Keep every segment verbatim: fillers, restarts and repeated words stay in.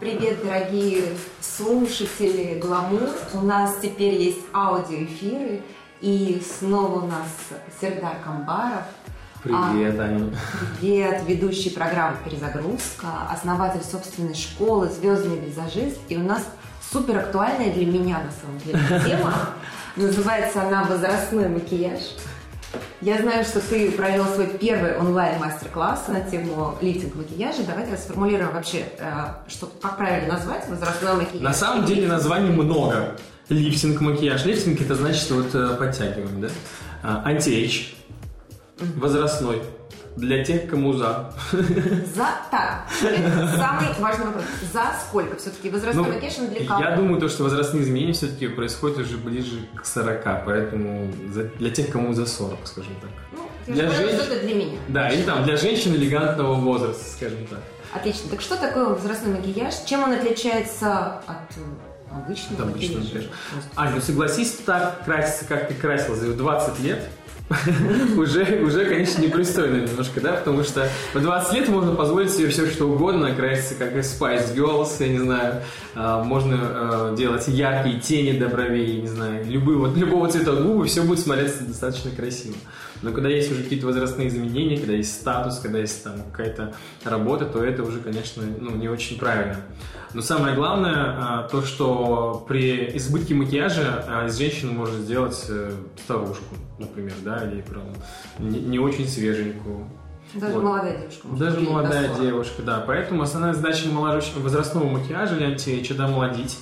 Привет, дорогие слушатели Гламур. У нас теперь есть аудиоэфиры. И снова у нас Сердар Камбаров. Привет, а, Аня. Привет, ведущий программы «Перезагрузка», основатель собственной школы «Звездный визажист». И у нас супер актуальная для меня, на самом деле, тема. Называется она «Возрастной макияж». Я знаю, что ты провел свой первый онлайн-мастер-класс на тему лифтинг макияжа. Давайте сформулируем вообще, что, как правильно назвать возрастной макияж. На самом деле названий много. Лифтинг макияж. Лифтинг это значит вот подтягиваем, да? Анти-эйдж. Возрастной. Для тех, кому за. За? Так, это самый важный вопрос. За сколько все-таки? Возрастной ну, макияж для кого? Я думаю, то, что возрастные изменения все-таки происходят уже ближе к сорока, поэтому за, для тех, кому за сорок, скажем так. Ну, для женщин. Это для меня. Да, или там для женщин элегантного возраста, скажем так. Отлично. Так что такое возрастной макияж? Чем он отличается от обычного Обычного макияжа? Аня, ну согласись, так краситься, как ты красилась за двадцать лет, уже, уже, конечно, непристойно немножко, да, потому что в двадцать лет можно позволить себе все, что угодно, краситься как Spice Girls, я не знаю, можно делать яркие тени до бровей, я не знаю, любые, вот, любого цвета губы, все будет смотреться достаточно красиво. Но когда есть уже какие-то возрастные изменения, когда есть статус, когда есть там какая-то работа, то это уже, конечно, ну, не очень правильно. Но самое главное, то, что при избытке макияжа из женщины можно сделать старушку, например, да, или прям не, не очень свеженькую. Даже вот. Молодая девушка. Даже молодая девушка, да. Поэтому основная задача возрастного макияжа или анти-эйдж – это омолодить,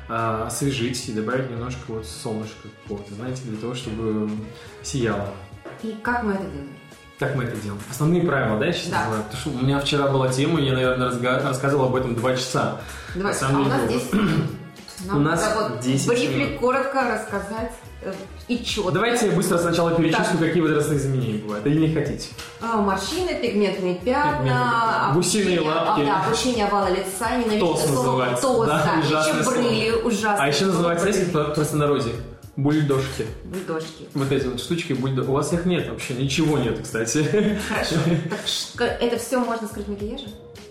освежить и добавить немножко вот солнышка какого-то, знаете, для того, чтобы сияло. И как мы это делаем? Как мы это делаем? Основные правила, да, я сейчас да. называю? Потому что у меня вчера была тема, я, наверное, разга- рассказывал об этом два часа. Два часа, а у нас десять минут. У нас десять минут. Брифли коротко рассказать и четко. Давайте я быстро сначала перечислю, так. какие возрастные изменения бывают. Или не хотите? А, морщины, пигментные пятна, пигментные. Гусиные лапки. А, да, опущение овала лица, ненавижу Тос называется. Тос, да, да, еще брыли, ужасно. А еще называется, знаете, в простонародье? Бульдожки. Бульдожки. Вот эти вот штучки бульдожки. У вас их нет вообще, ничего нет, кстати. Хорошо. Так, это все можно скрыть макияжем?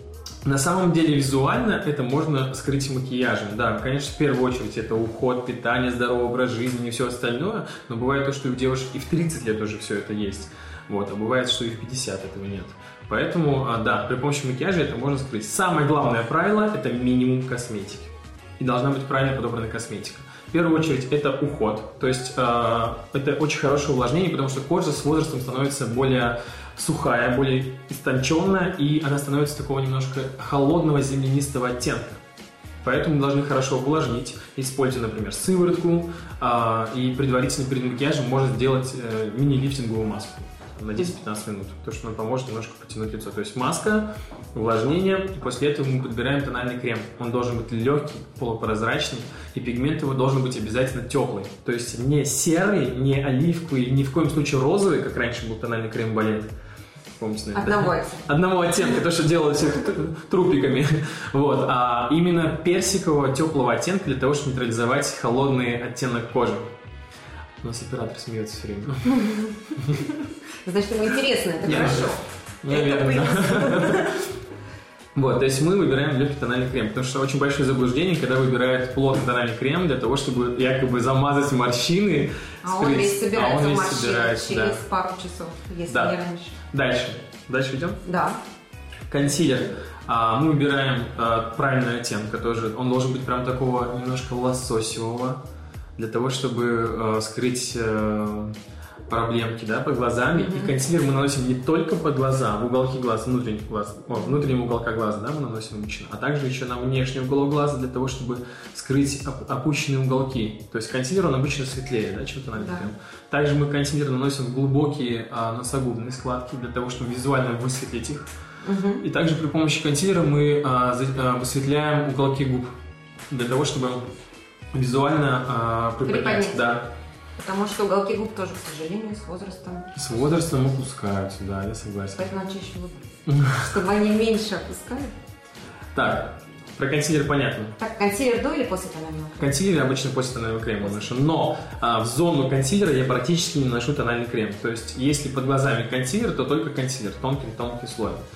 На самом деле визуально это можно скрыть макияжем. Да, конечно, в первую очередь это уход, питание, здоровый образ жизни и все остальное. Но бывает то, что у девушек и в тридцать лет уже все это есть. Вот, а бывает, что и в пятьдесят этого нет. Поэтому, да, при помощи макияжа это можно скрыть. Самое главное правило – это минимум косметики. И должна быть правильно подобрана косметика. В первую очередь это уход, то есть э, это очень хорошее увлажнение, потому что кожа с возрастом становится более сухая, более истонченная, и она становится такого немножко холодного землянистого оттенка. Поэтому мы должны хорошо увлажнить, используя, например, сыворотку, э, и предварительно перед макияжем можно сделать э, мини-лифтинговую маску на десять-пятнадцать минут, то, что нам поможет немножко потянуть лицо. То есть маска, увлажнение, и после этого мы подбираем тональный крем. Он должен быть легкий, полупрозрачный, и пигмент его должен быть обязательно теплый. То есть не серый, не оливковый, ни в коем случае розовый, как раньше был тональный крем Балет. Помните, наверное, Одного да? оттенка. Одного оттенка, то, что делали все трупиками. Вот. А именно персикового, теплого оттенка для того, чтобы нейтрализовать холодный оттенок кожи. У нас оператор смеется все время. Значит, ему интересно, это хорошо. Наверное, да. Вот, то есть мы выбираем легкий тональный крем, потому что очень большое заблуждение, когда выбирают плотный тональный крем для того, чтобы якобы замазать морщины. А он весь собирается, а он весь морщины собирается, через да. пару часов, если да. не раньше. Дальше. Дальше идем? Да. Консилер. А, мы выбираем а, правильный оттенок тоже. Он должен быть прям такого немножко лососевого, для того, чтобы а, скрыть а, проблемки, да, под глазами. Mm-hmm. И консилер мы наносим не только под глаза, в уголки глаз, внутренних глаз, о, внутреннего уголка глаза, да, мы наносим обычно, а также еще на внешний уголок глаза для того, чтобы скрыть оп- опущенные уголки. То есть консилер, он обычно светлее, да, чем тональный крем. Да. Также мы консилер наносим в глубокие а, носогубные складки для того, чтобы визуально высветлить их. Mm-hmm. И также при помощи консилера мы а, за, а, высветляем уголки губ для того, чтобы визуально а, приподнять. Да. Потому что уголки губ тоже, к сожалению, с возрастом... С возрастом опускаются, да, я согласен. Поэтому надо чаще выбрать, чтобы они меньше опускали. Так, про консилер понятно. Так, консилер до или после тонального крема? Консилер обычно после тонального крема наношу, но а, в зону консилера я практически не наношу тональный крем. То есть, если под глазами консилер, то только консилер, тонкий-тонкий слой.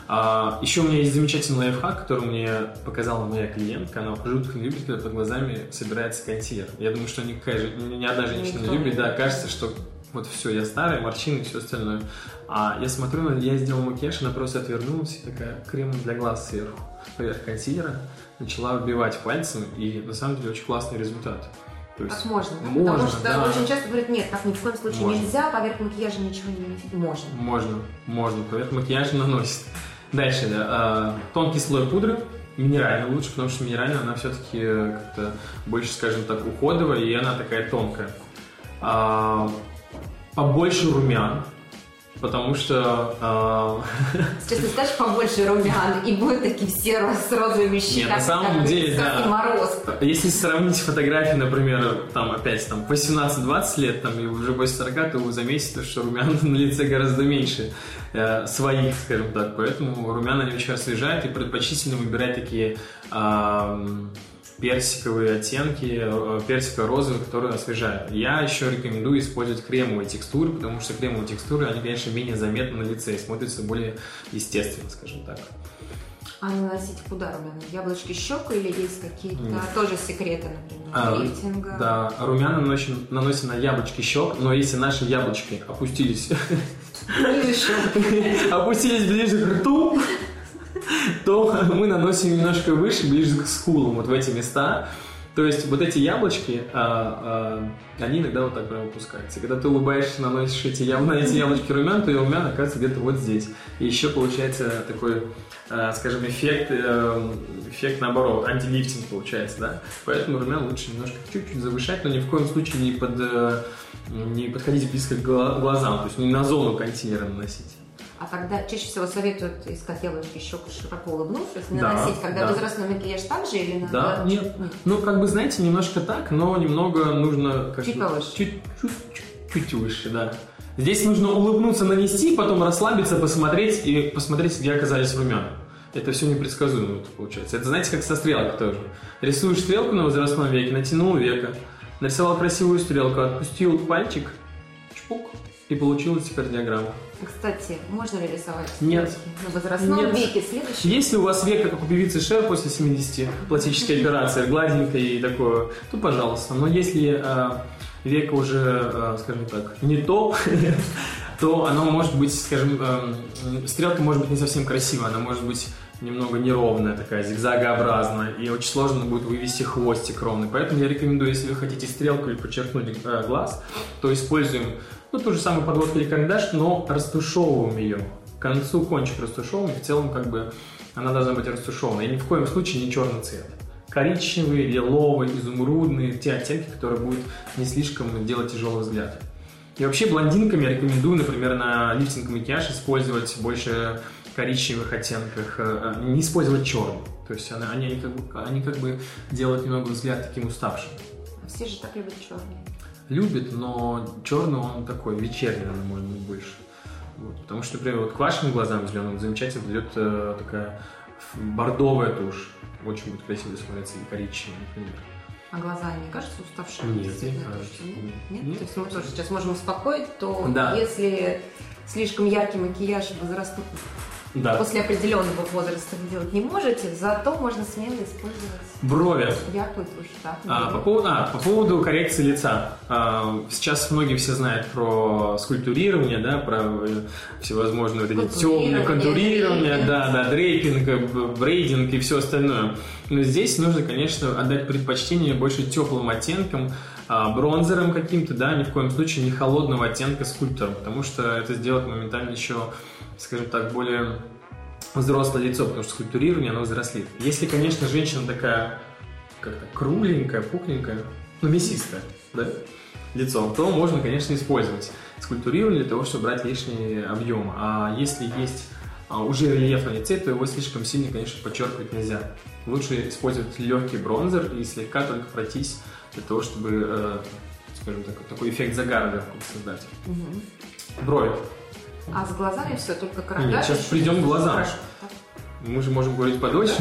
А, еще у меня есть замечательный лайфхак, который мне показала моя клиентка. Она жутко не любит, когда под глазами собирается консилер. Я думаю, что никакая же, ни одна женщина не любит. Да, кажется, что вот все, я старая, морщины и все остальное. А я смотрю, я сделал макияж, она просто отвернулась и такая крем для глаз сверху, поверх консилера, начала вбивать пальцем, и на самом деле очень классный результат. То есть, так можно, да? Можно, потому что да. очень часто говорят, нет, так ни в коем случае можно. Нельзя, поверх макияжа ничего не наносить. Можно. Можно, можно, поверх макияжа наносит. Дальше, да, тонкий слой пудры, минеральный лучше, потому что минеральная, она все-таки как-то больше, скажем так, уходовая, и она такая тонкая. А, побольше румян, потому что... Э... Сейчас ты скажешь побольше румян, и будут такие все с розовыми щеками. Нет, на самом деле, да. Мороз. Если сравнить фотографии, например, там опять там восемнадцать-двадцать лет, там, и уже после сорока, то вы заметите, что румян на лице гораздо меньше э, своих, скажем так. Поэтому румяна они очень освежают, и предпочтительно выбирать такие... Э, персиковые оттенки, персиково-розовые, которые освежают. Я еще рекомендую использовать кремовые текстуры, потому что кремовые текстуры, они, конечно, менее заметны на лице и смотрятся более естественно, скажем так. А наносить куда румяна? Яблочки щек или есть какие-то Нет. тоже секреты, например, а, лифтинга? Да, румяна наносим, наносим на яблочки щек, но если наши яблочки опустились опустились ближе к рту, то мы наносим немножко выше, ближе к скулам, вот в эти места. То есть вот эти яблочки, а, а, они иногда вот так прямо опускаются. И когда ты улыбаешься, наносишь эти, яб... на эти яблочки румян, то и румян оказывается где-то вот здесь. И еще получается такой, а, скажем, эффект, а, эффект наоборот, антилифтинг получается, да. Поэтому румян лучше немножко чуть-чуть завышать, но ни в коем случае не, под, не подходить близко к глазам, то есть не на зону консилера наносить. А тогда чаще всего советуют искать яблочки щек, широко улыбнувшись, да, наносить, когда да. возрастной макияж так же или надо? Да, нет. нет. Ну, как бы, знаете, немножко так, но немного нужно... Как чуть бы, повыше. Чуть, чуть, чуть, чуть выше, да. Здесь нужно улыбнуться, нанести, потом расслабиться, посмотреть и посмотреть, где оказались румяна. Это все непредсказуемо получается. Это, знаете, как со стрелкой тоже. Рисуешь стрелку на возрастном веке, натянул веко, нарисовал красивую стрелку, отпустил пальчик, чпук, и получилась кардиограмма. Кстати, можно ли рисовать Нет. на возрастном Нет. веке следующий? Если у вас века, как у певицы Шер после семидесяти, пластическая операция, гладенькая и такое, то пожалуйста. Но если э, века уже, э, скажем так, не то, то оно может быть, скажем, э, стрелка может быть не совсем красивая, она может быть немного неровная такая, зигзагообразная, и очень сложно будет вывести хвостик ровный. Поэтому я рекомендую, если вы хотите стрелку или подчеркнуть э, глаз, то используем ну, ту же самую подводку или карандаш, но растушевываем ее. К концу кончик растушевываем, в целом как бы она должна быть растушевана. И ни в коем случае не черный цвет. Коричневый, лиловый, изумрудный, те оттенки, которые будут не слишком делать тяжелый взгляд. И вообще блондинкам я рекомендую, например, на лифтинг макияж использовать больше коричневых оттенках, не использовать черный. То есть они, они, как бы, они как бы делают немного взгляд таким уставшим. Все же так любят черный. Любит, но черный он такой, вечерний, наверное, может быть, больше. Вот. Потому что, например, вот к вашим глазам зеленым замечательно идет э, такая бордовая тушь. Очень будет красиво смотреться, и коричневая, например. А глаза не кажутся уставшими? Нет, не кажется. Нет? Нет? Нет? То есть мы тоже сейчас можем успокоить, то да. если слишком яркий макияж возрастной, да. после определенного возраста вы делать не можете, зато можно смело использовать брови. Яркую тушь. Да, а, по, поводу, а, по поводу коррекции лица. А, сейчас многие все знают про скульптурирование, да, про всевозможные вот эти темные контурирования, да, да, дрейпинг, брейдинг и все остальное. Но здесь нужно, конечно, отдать предпочтение больше теплым оттенкам, бронзером каким-то, да, ни в коем случае не холодного оттенка скульптором, потому что это сделает моментально еще, скажем так, более взрослое лицо, потому что скульптурирование, оно взрослит. Если, конечно, женщина такая как-то кругленькая, пухленькая, ну, мясистая, да, лицо, то можно, конечно, использовать скульптурирование для того, чтобы брать лишний объем. А если есть уже рельеф на лице, то его слишком сильно, конечно, подчеркивать нельзя. Лучше использовать легкий бронзер и слегка только пройтись для того, чтобы, э, скажем так, такой эффект загара легко создать. Угу. Брови. А с глазами все, только карандаш? Нет, сейчас придем к глазам. Мы же можем говорить подольше.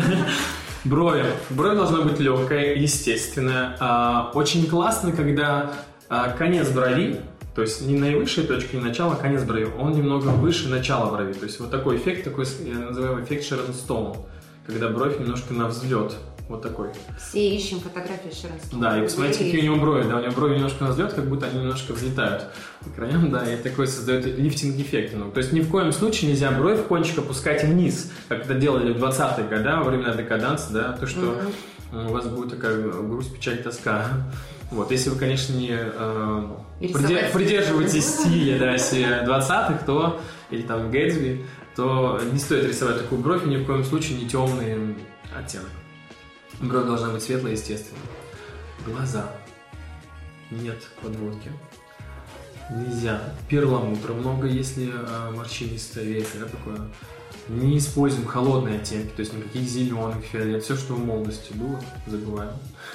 Брови. Бровь должна быть легкая, естественная. Очень классно, когда конец брови То есть не наивысшая точка, не начало, а конец брови. Он немного выше начала брови. То есть вот такой эффект, такой, я называю эффект Шерон Стоун, когда бровь немножко на взлет. Вот такой. Все ищем фотографии Шерон Стоун. Да, и посмотрите, какие у него брови. Да, у него брови немножко на взлет, как будто они немножко взлетают по краям, да, и такой создает лифтинг-эффект. Ну, то есть ни в коем случае нельзя бровь кончик опускать вниз, как это делали в двадцатые годы, во времена декаданса, да, то, что mm-hmm. у вас будет такая грусть, печаль, тоска. Вот, если вы, конечно, не э, придерж, придерживаетесь стиля, да, двадцатых, то, или там Гэтсби, то не стоит рисовать такую бровь, и ни в коем случае не темный оттенок. Бровь должна быть светлая, естественно. Глаза. Нет подводки. Нельзя. Перламутра много, если а, морщинистое веко, да, такое. Не используем холодные оттенки, то есть никаких зеленых, фиолет, все, что в молодости было, забываем.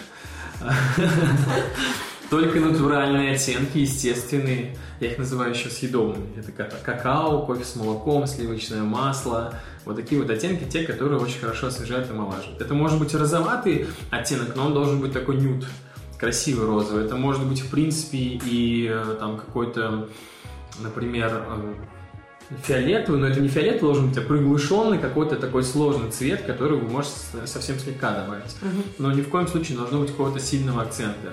Только натуральные оттенки, естественные. Я их называю еще съедобными. Это какао, кофе с молоком, сливочное масло. Вот такие вот оттенки, те, которые очень хорошо освежают и омолаживают. Это может быть розоватый оттенок, но он должен быть такой нюд, красивый розовый. Это может быть, в принципе, и там какой-то, например, фиолетовый, но это не фиолетовый должен быть, а приглушенный какой-то такой сложный цвет, который вы можете совсем слегка добавить. Uh-huh. Но ни в коем случае не должно быть какого-то сильного акцента.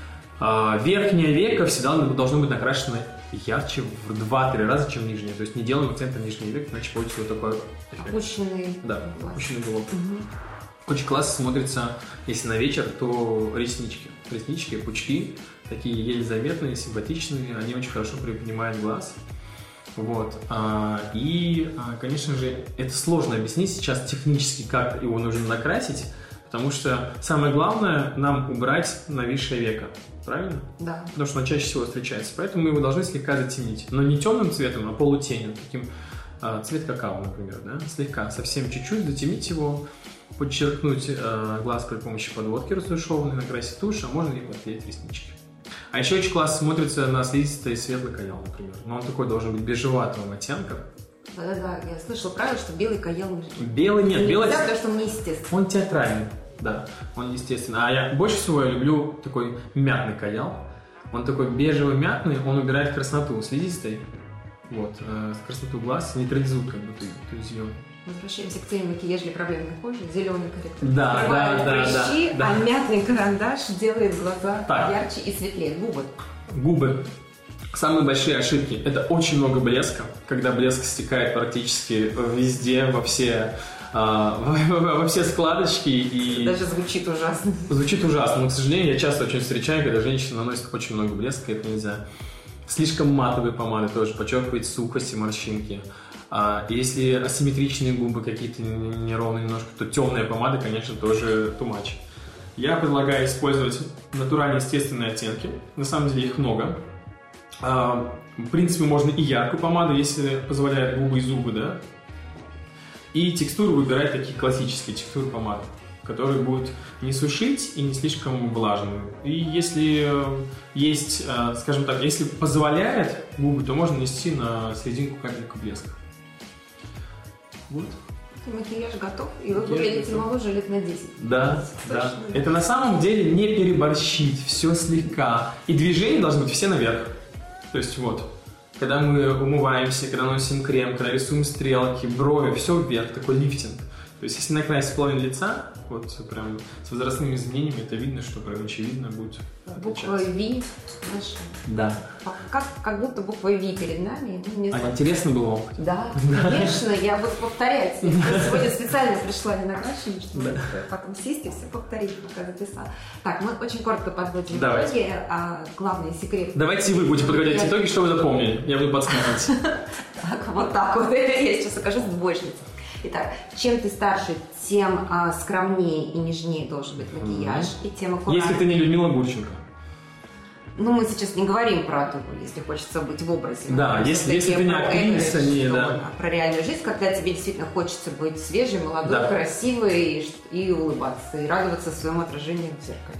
А, верхнее веко всегда должно быть накрашено ярче в два-три раза, чем нижнее. То есть не делаем акцент на нижний век, иначе получится вот такой эффект. Опущенный да, глаз. Опущенный уголок. Угу. Очень классно смотрится, если на вечер, то реснички. Реснички, пучки, такие еле заметные, симпатичные, они очень хорошо приподнимают глаз. Вот. А, и, а, конечно же, это сложно объяснить сейчас технически, как его нужно накрасить, потому что самое главное нам убрать нависшее веко. Правильно? Да. Потому что он чаще всего встречается. Поэтому мы его должны слегка затемнить. Но не темным цветом, а полутенью. Таким а, цвет какао, например. Да? Слегка, совсем чуть-чуть затемнить его, подчеркнуть а, глаз при помощи подводки растушеванной, накрасить тушь, а можно и подклеить реснички. А еще очень классно смотрится на слизистой светлый каял, например. Но он такой должен быть бежеватого оттенка. Да-да-да, я слышала правило, что белый каял не Белый нет, не белый... Нельзя, потому что он неестественный. Он театральный. Да, он естественно. А я больше всего я люблю такой мятный каял. Он такой бежево-мятный, он убирает красноту слизистой. Вот, э, красноту глаз, нейтрализует как бы ту зеленую. Возвращаемся к теме макияжа для проблемной кожи. Зеленый корректор. Да, да, да, прыщи, да, а да. мятный карандаш делает глаза так. ярче и светлее. Губы. Губы. Самые большие ошибки – это очень много блеска, когда блеск стекает практически везде, во все, а, во, во все складочки. И даже звучит ужасно. Звучит ужасно, но, к сожалению, я часто очень встречаю, когда женщины наносят очень много блеска, это нельзя. Слишком матовые помады тоже подчеркивает сухость и морщинки. А если асимметричные губы какие-то неровные немножко, то темная помада, конечно, тоже too much. Я предлагаю использовать натуральные естественные оттенки. На самом деле их много. А, в принципе, можно и яркую помаду, если позволяют губы и зубы, да. И текстуру выбирать такие классические текстуры помады, которые будут не сушить и не слишком влажные. И если есть, скажем так, если позволяет губы, то можно нанести на серединку капельку блеска. Вот. Макияж готов, и вы выглядите моложе лет на десять. Да, да. Это на самом деле не переборщить, все слегка. И движения должны быть все наверх. То есть вот, когда мы умываемся, когда наносим крем, когда рисуем стрелки, брови, все вверх, такой лифтинг. То есть если накрасить половину лица, вот прям с возрастными изменениями, это видно, что прям очевидно будет отличаться. Буква V, знаешь, да. как, как будто буква V перед нами. Не а интересно было вам? Да, конечно, я буду повторять. Я сегодня специально пришла не накрашенной, чтобы да. потом сесть и все повторить, пока записала. Так, мы очень коротко подводим итоги, а главный секрет. Давайте вы будете подводить я... итоги, что вы запомнили. Я буду подсказывать. Так, вот так вот. Я сейчас окажусь двоечницей. Итак, чем ты старше, тем а, скромнее и нежнее должен быть макияж, mm-hmm. и тем аккуратнее. Если ты не Людмила Гурченко. Ну, мы сейчас не говорим про то, если хочется быть в образе. Да, если, если ты не актриса, не, да. да. Про реальную жизнь, когда тебе действительно хочется быть свежей, молодой, да. красивой и, и улыбаться, и радоваться своему отражению в зеркале.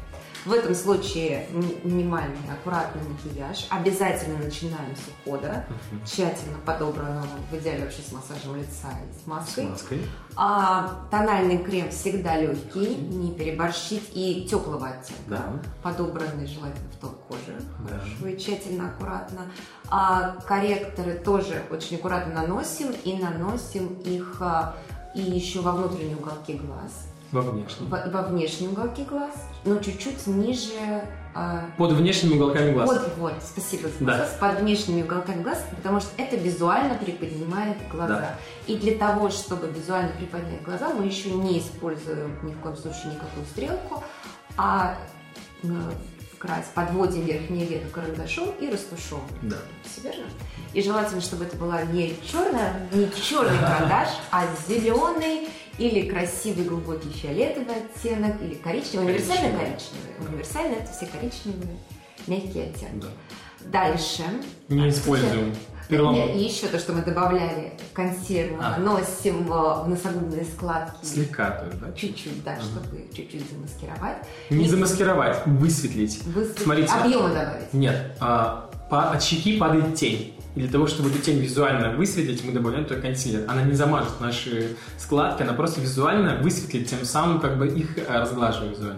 В этом случае минимальный, аккуратный макияж. Обязательно начинаем с ухода. Uh-huh. Тщательно подобранного, в идеале вообще с массажем лица и с маской. С маской. А, тональный крем всегда легкий, не переборщить, и теплого оттенка. Да. Подобранный желательно в тон кожи. Да. Хорошо и тщательно, аккуратно. А корректоры тоже очень аккуратно наносим. И наносим их а, и еще во внутренние уголки глаз. Во внешнем. Во, во внешние уголки глаз, но чуть-чуть ниже... Э, под внешними уголками глаз. Под, вот, спасибо за да. вопрос. Под внешними уголками глаз, потому что это визуально приподнимает глаза. Да. И для того, чтобы визуально приподнять глаза, мы еще не используем ни в коем случае никакую стрелку, а э, как раз подводим верхнее веко карандашом и растушевываем. Да. Все верно? И желательно, чтобы это была не черная, не черный карандаш, а зеленый, или красивый глубокий фиолетовый оттенок, или коричневый, универсальный коричневый. Универсальный – это все коричневые, мягкие оттенки. Да. Дальше. Не используем перламутр. И еще то, что мы добавляли консерву, а. носим в носогубные складки. Слегка тоже, да? Чуть-чуть, да, угу. чтобы чуть-чуть замаскировать. Не и... замаскировать, высветлить. Высветлить. Смотрите. Объема добавить. Нет, а, по, от щеки падает тень. И для того, чтобы эту тень визуально высветлить, мы добавляем только консилер. Она не замажет наши складки, она просто визуально высветлит, тем самым как бы их разглаживая визуально.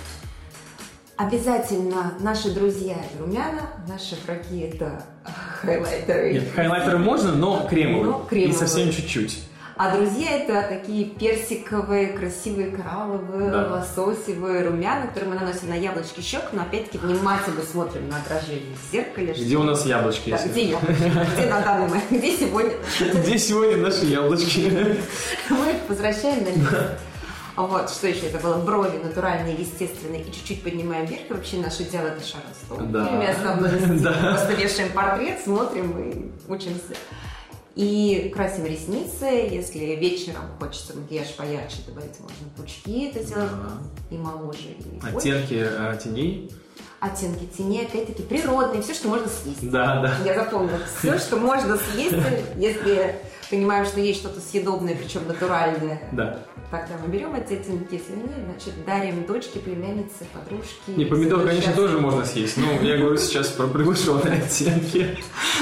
Обязательно наши друзья – румяна, наши враги – это хайлайтеры. Нет, хайлайтеры можно, но кремовые. Но кремовые. И совсем чуть-чуть. А друзья – это такие персиковые, красивые, коралловые, да. лососевые румяна, которые мы наносим на яблочки щек, но опять-таки внимательно смотрим на отражение в зеркале. Где у нас яблочки? Да, где яблочки? Где на данный момент? Где сегодня? Где сегодня наши яблочки? Мы их возвращаем на место. Вот, что еще? Это было брови натуральные, естественные, и чуть-чуть поднимаем вверх, и вообще наш идеал – это шаростол. Да. Мы основной просто вешаем портрет, смотрим и учимся. И красим ресницы, если вечером хочется макияж поярче, добавить можно пучки, это делать да. и моложе, и оттенки а, теней? Оттенки теней, опять-таки, природные, все, что можно съесть. Да, да. Я запомнила, все, что можно съесть, если понимаем, что есть что-то съедобное, причем натуральное. Да. Тогда мы берем эти оттенки, если нет, значит, дарим дочке, племяннице, подружке. Не, помидор, конечно, тоже можно съесть, но я говорю сейчас про приглушенные оттенки.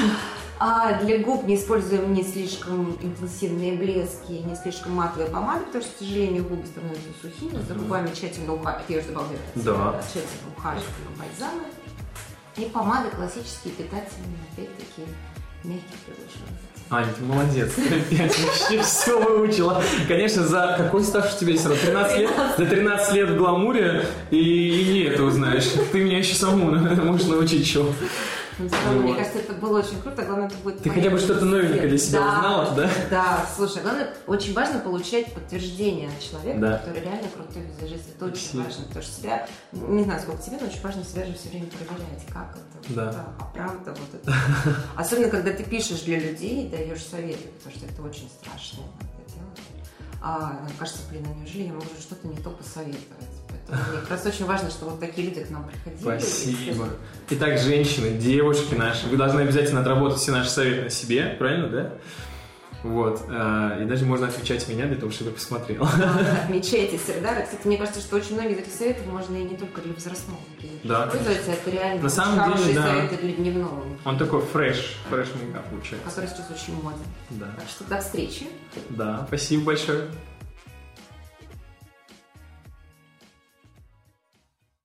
А для губ не используем не слишком интенсивные блески, не слишком матовые помады, потому что, к сожалению, губы становятся сухими, за губами тщательно ухаживаем, я уже добавляю, да. тщательно ухаживаем бальзамы. И помады классические, питательные, опять-таки, мягкие приглушенные. Аня, ты молодец, ты опять вообще все выучила. Конечно, за какой стаж у тебя есть? тринадцать лет? За тринадцать лет в гламуре и, и не это узнаешь. Ты меня еще саму можешь научить чего. Ну, мне кажется, это было очень круто, главное, это будет... Ты хотя бы что-то новенькое для себя да, узнала, да? Да, слушай, главное, очень важно получать подтверждение от человека, да. который реально крутой визажист. Это очень Спасибо. важно, потому что себя, не знаю, сколько тебе, но очень важно себя же все время проверять, как это, да. да, а правда вот это. Особенно, когда ты пишешь для людей и даешь советы, потому что это очень страшно делать. А нам кажется, блин, а неужели я могу что-то не то посоветовать? Поэтому мне как раз очень важно, что вот такие люди к нам приходили. Спасибо. Итак, женщины, девушки наши, вы должны обязательно отработать все наши советы на себе, правильно, да? Вот. И даже можно отмечать меня для того, чтобы я посмотрел. Да, отмечайте Сердара. Кстати, мне кажется, что очень многие из этих советов можно и не только для возрастного да, использовать, это реально на самом хорошие деле, да. советы для дневного. Он такой фреш, фреш мейкап получается. Который сейчас очень моден. Да. Так что до встречи. Да, спасибо большое.